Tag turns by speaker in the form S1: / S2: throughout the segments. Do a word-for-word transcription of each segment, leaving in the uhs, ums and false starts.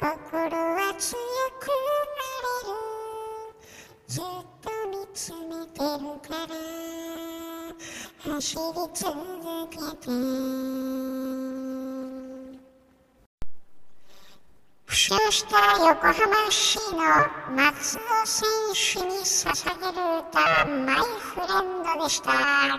S1: は強くなれる。ずっと見つめてるから走り続けて。負傷した横浜市の松尾選手に捧げる歌、マイフレンドでした。はい、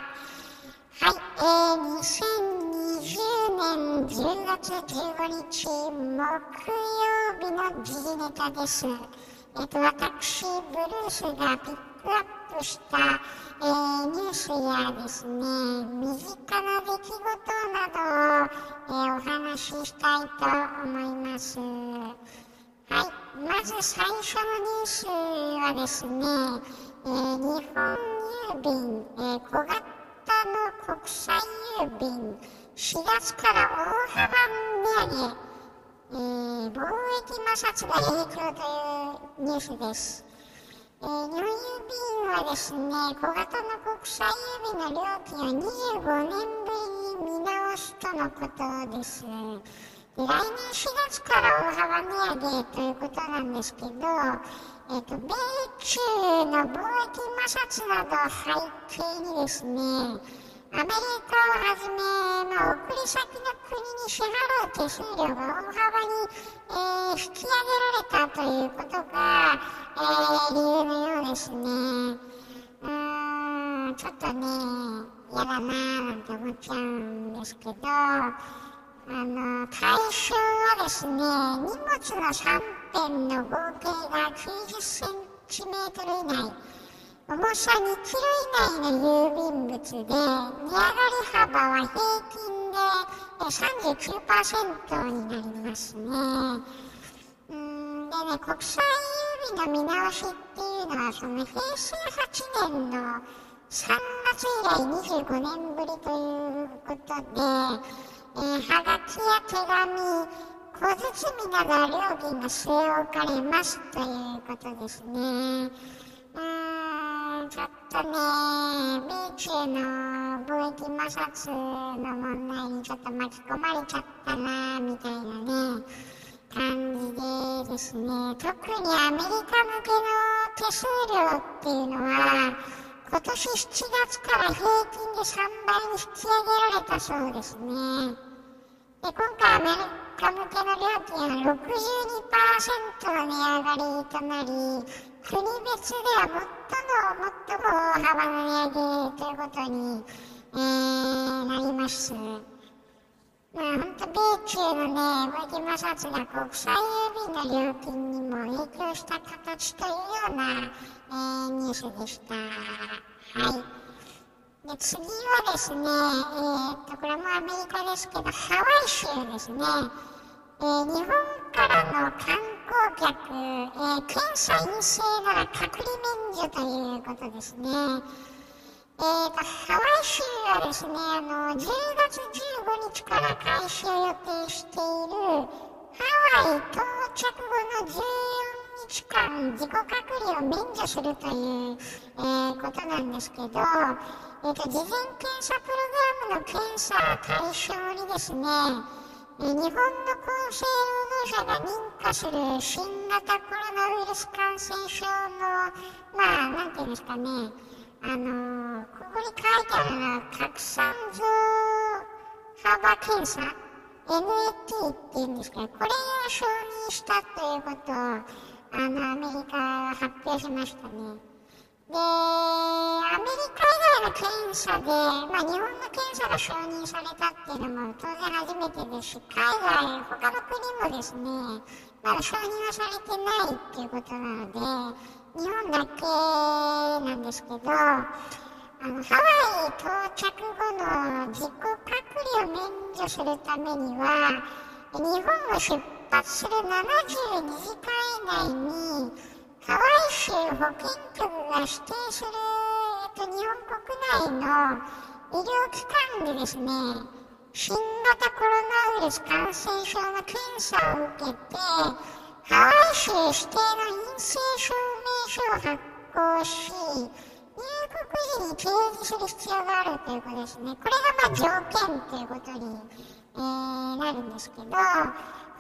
S1: えー、にせんにじゅうねんじゅうがつじゅうごにち木曜日の時事ネタです。えっと、私、ブルースがピックアップした、えー、ニュースやですね、身近な出来事などを、えー、お話ししたいと思います。はい、まず最初のニュースはですね、えー、日本郵便、えー、小型の国際郵便、しがつから大幅値上げ。えー、貿易摩擦が影響というニュースです。えー、日本郵便はですね、小型の国際郵便の料金をにじゅうごねんぶりに見直すとのことです。で、来年しがつから大幅値上げということなんですけど、えーと、米中の貿易摩擦などを背景にですね、アメリカをはじめ、まあ、送り先の国に支払う手数料が大幅に、えー、引き上げられたということが、えー、理由のようですね。うーん、ちょっとね、嫌だなぁなんて思っちゃうんですけど、あの、対象はですね、荷物のさんてんの合計がきゅうじゅっセンチメートル以内、重さにキロ以内の郵便物で、値上がり幅は平均で さんじゅうきゅうパーセント になりますね。うーんでね、国際郵便の見直しっていうのは、その平成はちねんのさんがつ以来にじゅうごねんぶりということで、えー、はがきや手紙、小包など料金が据え置かれますということですね。うーんちょっとね、米中の貿易摩擦の問題にちょっと巻き込まれちゃったなみたいなね、感じでですね、特にアメリカ向けの手数料っていうのは、今年しちがつから平均でさんばいに引き上げられたそうですね。で、今回アメリカ向けの料金は ろくじゅうにパーセント の値上がりとなり、国別では最も最も大幅な値上げということに、えー、なります。まあ本当米中のね、貿易摩擦が国際郵便の料金にも影響した形というような、えー、ニュースでした。はい。で、次はですね、えー、っと、これもアメリカですけど、ハワイ州ですね。えー、日本からの観光客、えー、検査陰性なら隔離免除ということですね。えー、とハワイ州はですね、あのじゅうがつじゅうごにちから開始を予定しているハワイ到着後のじゅうよっかん自己隔離を免除するという、えー、ことなんですけど、えー、と事前検査プログラムの検査対象にですね、日本の厚生労働省が認可する新型コロナウイルス感染症の、まあ、なんていうんですかね、あのー、ここに書いてあるのは、拡散増幅検査、エヌエーティー っていうんですけど、これを承認したということを、あの、アメリカは発表しましたね。で、アメリカ以外の検査で、まあ、日本の検査が承認されたっていうのも当然初めてですし、海外、他の国もですね、まだ承認はされてないっていうことなので、日本だけなんですけど、あの、ハワイ到着後の自己隔離を免除するためには、日本を出発するななじゅうにじかん以内に、ハワイ州保健局が指定する、えっと、日本国内の医療機関でですね、新型コロナウイルス感染症の検査を受けて、ハワイ州指定の陰性証明書を発行し、入国時に提示する必要があるということですね。これがまあ条件ということに、えー、なるんですけど、この条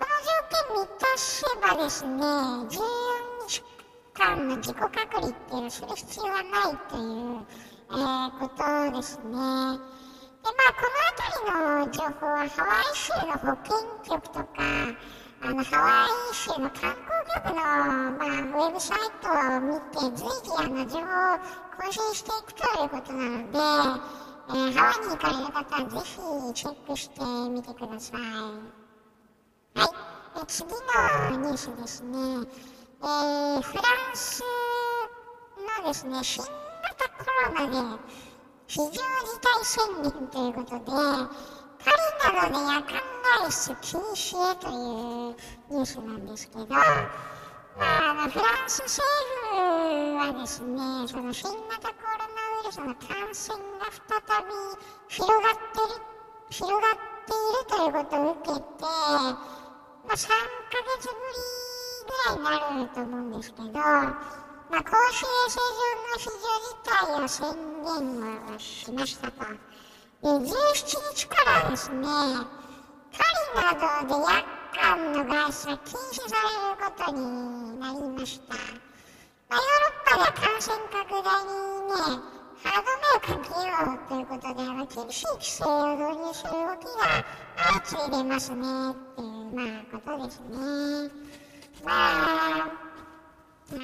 S1: け満たせばですね、じゅうよっかんの自己隔離っていうのをする必要はないという、えー、ことですね。で、まあ、この辺りの情報はハワイ州の保健局とか、あのハワイ州の観光局の、まあ、ウェブサイトを見て随時あの情報を更新していくということなので、えー、ハワイに行かれる方はぜひチェックしてみてください。はい、え次のニュースですね、えー、フランスのですね、新型コロナで非常事態宣言ということで、パリなどで夜間外出禁止へというニュースなんですけど、まあ、あのフランス政府はですね、その新型コロナウイルスの感染が再び広がっている、広がっているということを受けて、まあ、さんかげつぶりぐらいになると思うんですけど、まあ、公衆衛生上の非常事態を宣言をしましたと。で、じゅうしちにちからですね、パリなどで夜間の外出が禁止されることになりました。まあ、ヨーロッパで感染拡大にね、歯止めをかけようということで、あの厳しい規制を導入する動きが相次いでますねっていう、まあ、ことですね。まあ、で、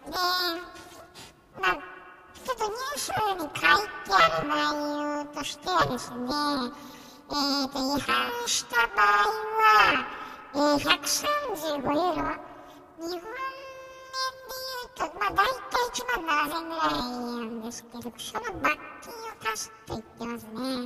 S1: まあ、ちょっとニュースに書いてある内容としてはですね、えーと、違反した場合は、えー、ひゃくさんじゅうごユーロ、日本円で言うと、まあ、大体いちまんななせんぐらいなんですけど、その罰金を足すと言ってますね。で、これによ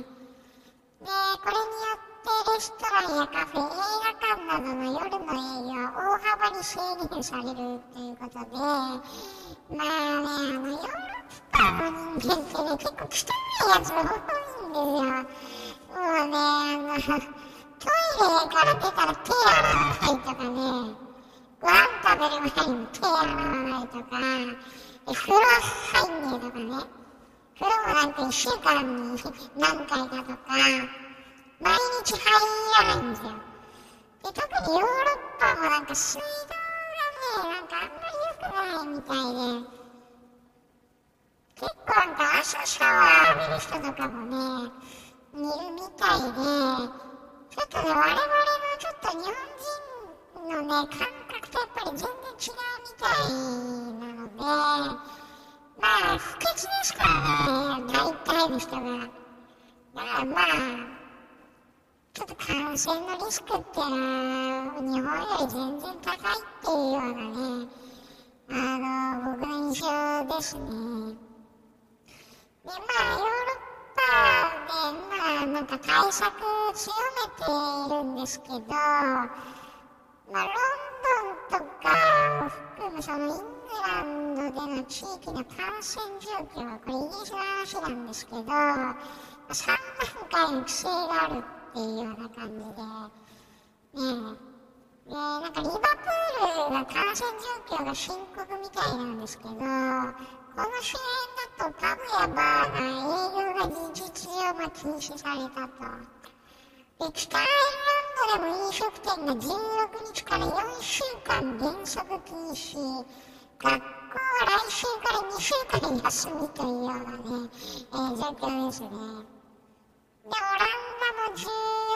S1: ってレストランやカフェ、映画館などの夜の営業は大幅に制限されるということで、まあね、あの、ヨーロッパの人間ってね、結構汚いやつが多いんですよ。もうね、あの、トイレから出たら手洗わないとかね、ご飯食べる前に手洗わないとか、風呂入んねえとかね、風呂もなんかいっしゅうかんに何回かとか、毎日入らないんですよ。で、特にヨーロッパもなんか水道がね、なんかあんまり良くないみたいで、結構なんか朝シャワー浴びる人とかもね、いるみたいで、ちょっとね、我々のちょっと日本人のね、感覚とやっぱり全然違うみたいなので、まあ、不潔ですからね、大体の人が。だからまあ、ちょっと感染のリスクっていうのは、日本より全然高いっていうようなね、あの、僕の印象ですね。で、まあ、ヨーロッパで、まあ、なんか対策強めているんですけど、まあ、ロンドンとかを含むそのイングランドでの地域の感染状況は、これイギリスの話なんですけど、さんだんかいの規制があるっていうような感じで、ねえ。で、なんかリバプールが感染状況が深刻みたいなんですけど、この周辺だとパブやバーの営業が事実上まあ禁止されたと。で、北アイルランドでも飲食店がじゅうろくにちからよんしゅうかん原則禁止、学校は来週からにしゅうかん休みというようなね、えー、状況ですね。で、オランダもじゅ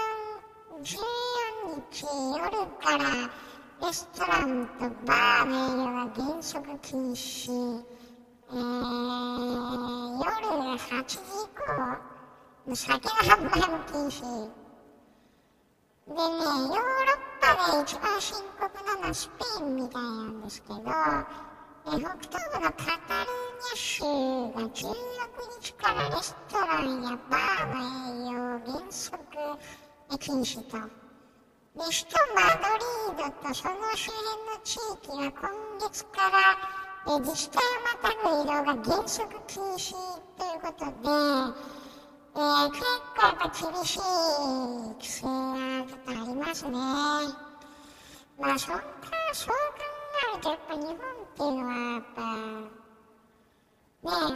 S1: うよっか夜からレストランとバーの営業が原則禁止、えー、夜はちじ以降、酒の販売も禁止。でね、ヨーロッパで一番深刻なのはスペインみたいなんですけど、え北東部のカタルーニャ州がじゅうろくにちからレストランやバーの営業を原則禁止と。で、首都マドリードとその周辺の地域は今月からえ自治体をまたぐ移動が原則禁止ということで、えー、結構やっぱ厳しい規制がちょっとありますね。まあそんな、そう考えるとやっぱ日本っていうのはやっぱ、ねえ、あ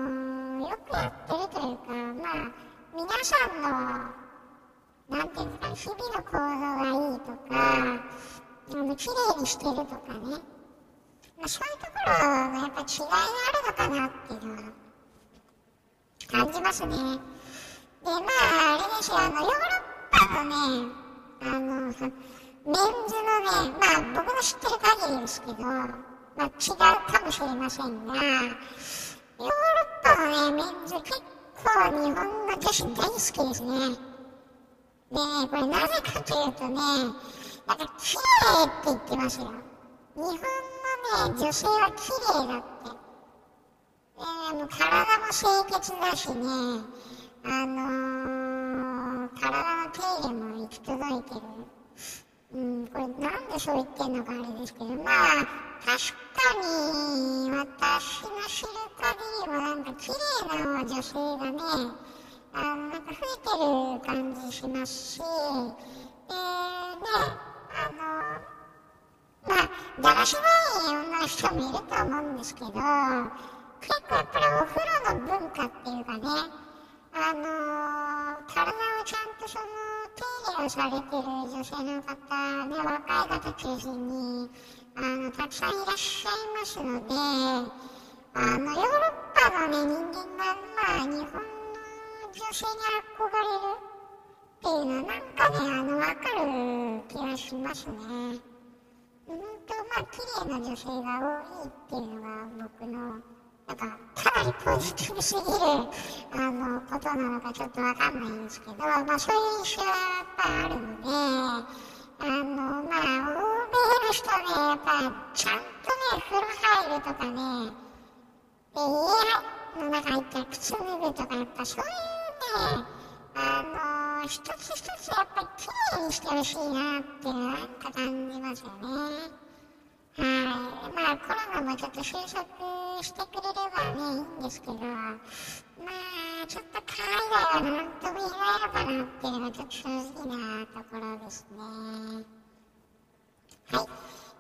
S1: のー、よくやってるというか、まあ、皆さんの、なんていうんですかね、 日々の行動がいいとか、あの綺麗にしてるとかね、まあ、そういうところのやっぱ違いがあるのかなっていうのは感じますね。で、まああれですよ、あのヨーロッパとね、あのメンズのね、まあ僕の知ってる限りですけど、まあ、違うかもしれませんが、ヨーロッパのね、メンズ結構日本の女子大好きですね。で、これなぜかというとね、なんか綺麗って言ってますよ。日本のね、女性は綺麗だって。えー、もう体も清潔だしね、あのー、体の手入れも行き届いてる。うん、これなんでそう言ってんのかあれですけど、まあ、確かに私の知る限りはなんか綺麗な女性がね、あの、なんか増えてる感じしますし、で、ね、あの、まあ、だらしない女の人もいると思うんですけど、結構やっぱりお風呂の文化っていうかね、あのー、体をちゃんとその手入れをされてる女性の方ね、若い方中心にあのたくさんいらっしゃいますので、あのヨーロッパのね、人間がまあ日本の女性に憧れるっていうのはなんかね、あの分かる気がしますね。本当まあ綺麗な女性が多いっていうのが僕のなんかかなりポジティブすぎるあのことなのかちょっとわかんないんですけど、まあそういう印象はやっぱあるので、あのまあ欧米の人ね、やっぱちゃんとね風呂入るとかね、で家の中入ったら靴脱ぐとか、やっぱそういうね、あの一つ一つやっぱきれいにしてほしいなっていうなんか感じますよね。はい、まあコロナもちょっと収束してくれればね、いいんですけど、まあちょっと海外はなんとも言えないのかなっていうのがちょっと正直なところですね。はい。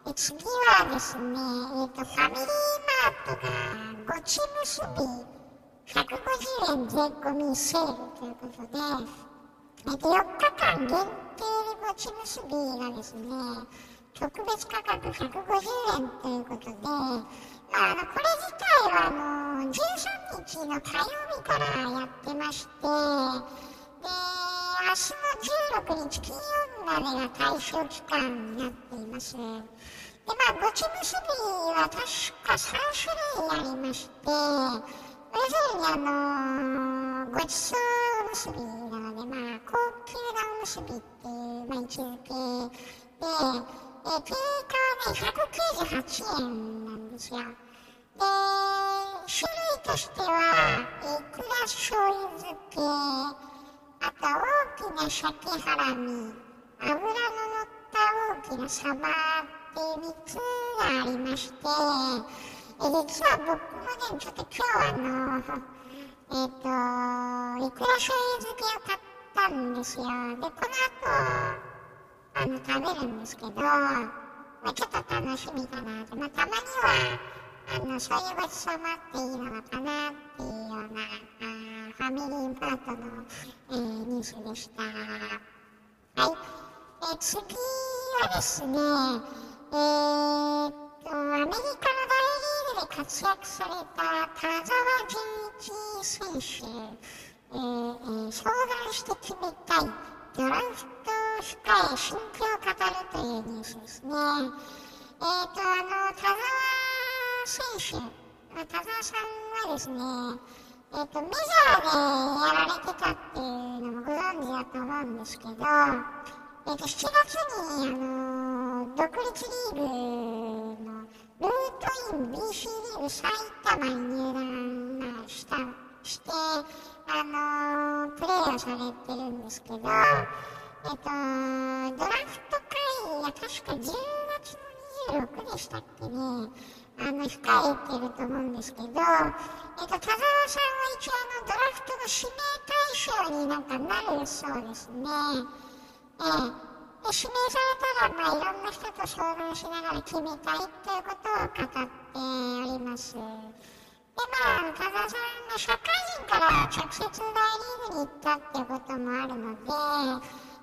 S1: で次はですね、えっ、ー、とファミリーマートがごち結びひゃくごじゅうえん税込みセールということで、えっ、ー、とよっかかん限定でごち結びがですね、特別価格ひゃくごじゅうえんということで、まあ、あのこれ自体はあのじゅうさんにちの火曜日からやってまして、で明日のじゅうろくにち金曜日までが対象期間になっています。でまあごち結びは確かさんしゅるいありまして、要するにあのごちそう結びなので、まあ高級なおむすびっていう、まあ、位置づけで、えー、定価はね、ひゃくきゅうじゅうはちえんなんですよ。で、種類としては、いくら醤油漬け、あと大きな鮭ハラミ、油の乗った大きなサバっていうみっつがありまして、えー、実は僕もね、ちょっと今日あの、えっ、ー、と、いくら醤油漬けを買ったんですよ。で、この後、あの食べるんですけど、まあ、ちょっと楽しみかなと、まあ、たまにはあのそういうごちそうもあっていいのかなっていうようなあファミリーパートの、えー、ニュースでした。はい、えー、次はですね、えー、っとアメリカの大リーグで活躍された田澤純一選手、えーえー、相談して決めたいドラフト控え心境を語るというニュースですね。えーと、あの、田澤選手、田澤さんはですね、えーと、メジャーでやられてたっていうのもご存知だと思うんですけど、えーと、しちがつに、あの、独立リーグのルートイン ビーシー リーグ埼玉に入団した、して、あのー、プレーをされてるんですけど、えっと、ドラフト会が確かじゅうがつのにじゅうろくでしたっけね、あの、控えてると思うんですけど、えっと、田澤さんは一応あの、ドラフトの指名対象になんかなるそうですね。ええ。で、指名されたら、まあ、いろんな人と相談しながら決めたいということを語っております。で、まあ、田澤さんが社会人から直接大リーグに行ったっていうこともあるので、ま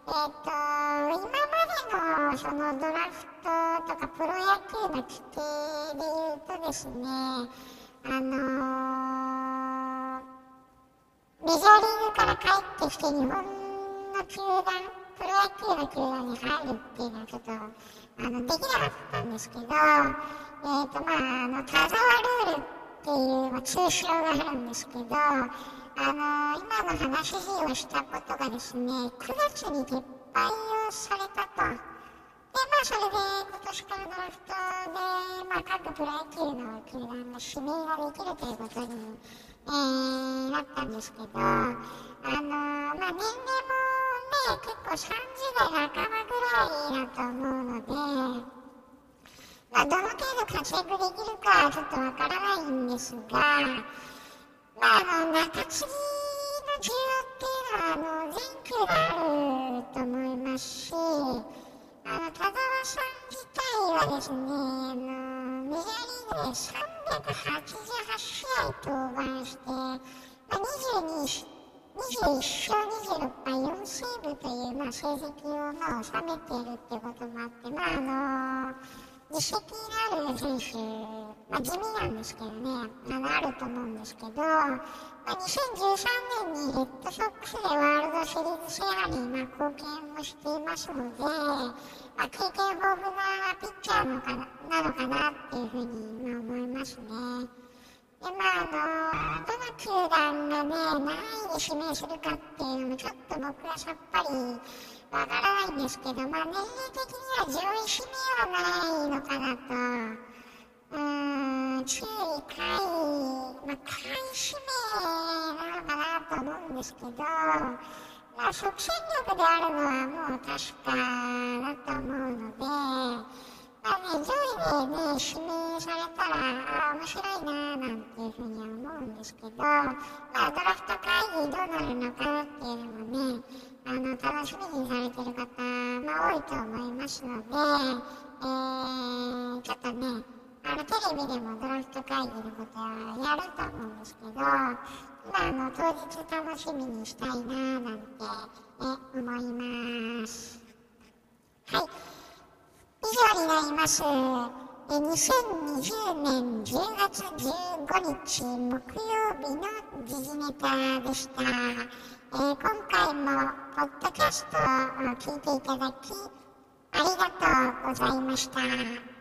S1: えっと、今までのそのドラフトとかプロ野球の規定で言うとですね、あのー、メジャーリーグから帰ってきて日本の球団、プロ野球の球団に入るっていうのはちょっとあのできなかったんですけど、えっとまあ、あの田澤ルールっていう、まあ、通称があるんですけど、あのー、今の話をしたことがですね、くがつに撤廃をされたと。で、まあ、それで今年からドラフトで、まあ、各プロ野球の球団の指名ができるということに、えー、なったんですけど、あのー、まあ、年齢もね、結構さんじゅう代半ばぐらいだと思うので、まあ、どの程度活躍できるかはちょっとわからないんですが、まあ、あの、中継ぎの需要っていうのは、あの、全球であると思いますし、あの、田澤さん自体はですね、あの、メジャーリーグでさんびゃくはちじゅうはち試合登板して、まあ、にじゅうに、にじゅういっ勝にじゅうろっ敗よんセーブという、まあ、成績を、まあ、収めているっていうこともあって、まあ、あの、実績のある選手、まあ、地味なんですけどね、あの、あると思うんですけど、まあ、にせんじゅうさんねんにレッドソックスでワールドシリーズ制覇に、まあ、貢献もしていますので、まあ、経験豊富なピッチャーのかななのかなっていうふうに、まあ、思いますね。で、まあ、あの、どの球団がね、何位に指名するかっていうのもちょっと僕はさっぱりわからないんですけど、まあ、年齢的には上位指名はないのかなと。うーん、注意、下位、まあ、下位指名なのかなと思うんですけど、まあ、即戦力であるのはもう確かだと思うので、まあね、上位でね、指名されたら、あ面白いなぁなんていうふうには思うんですけど、まあ、ドラフト会議どうなるのかなっていうのもね、あの、楽しみにされてる方、まあ、多いと思いますので、えー、ちょっとね、あの、テレビでもドラフト会議のことはやると思うんですけど、まあ、あの、当日楽しみにしたいなぁなんて、え、思います。はい。以上になります。にせんにじゅうねんじゅうがつじゅうごにち木曜日の時事ネタでした。えー、今回もポッドキャストを聞いていただきありがとうございました。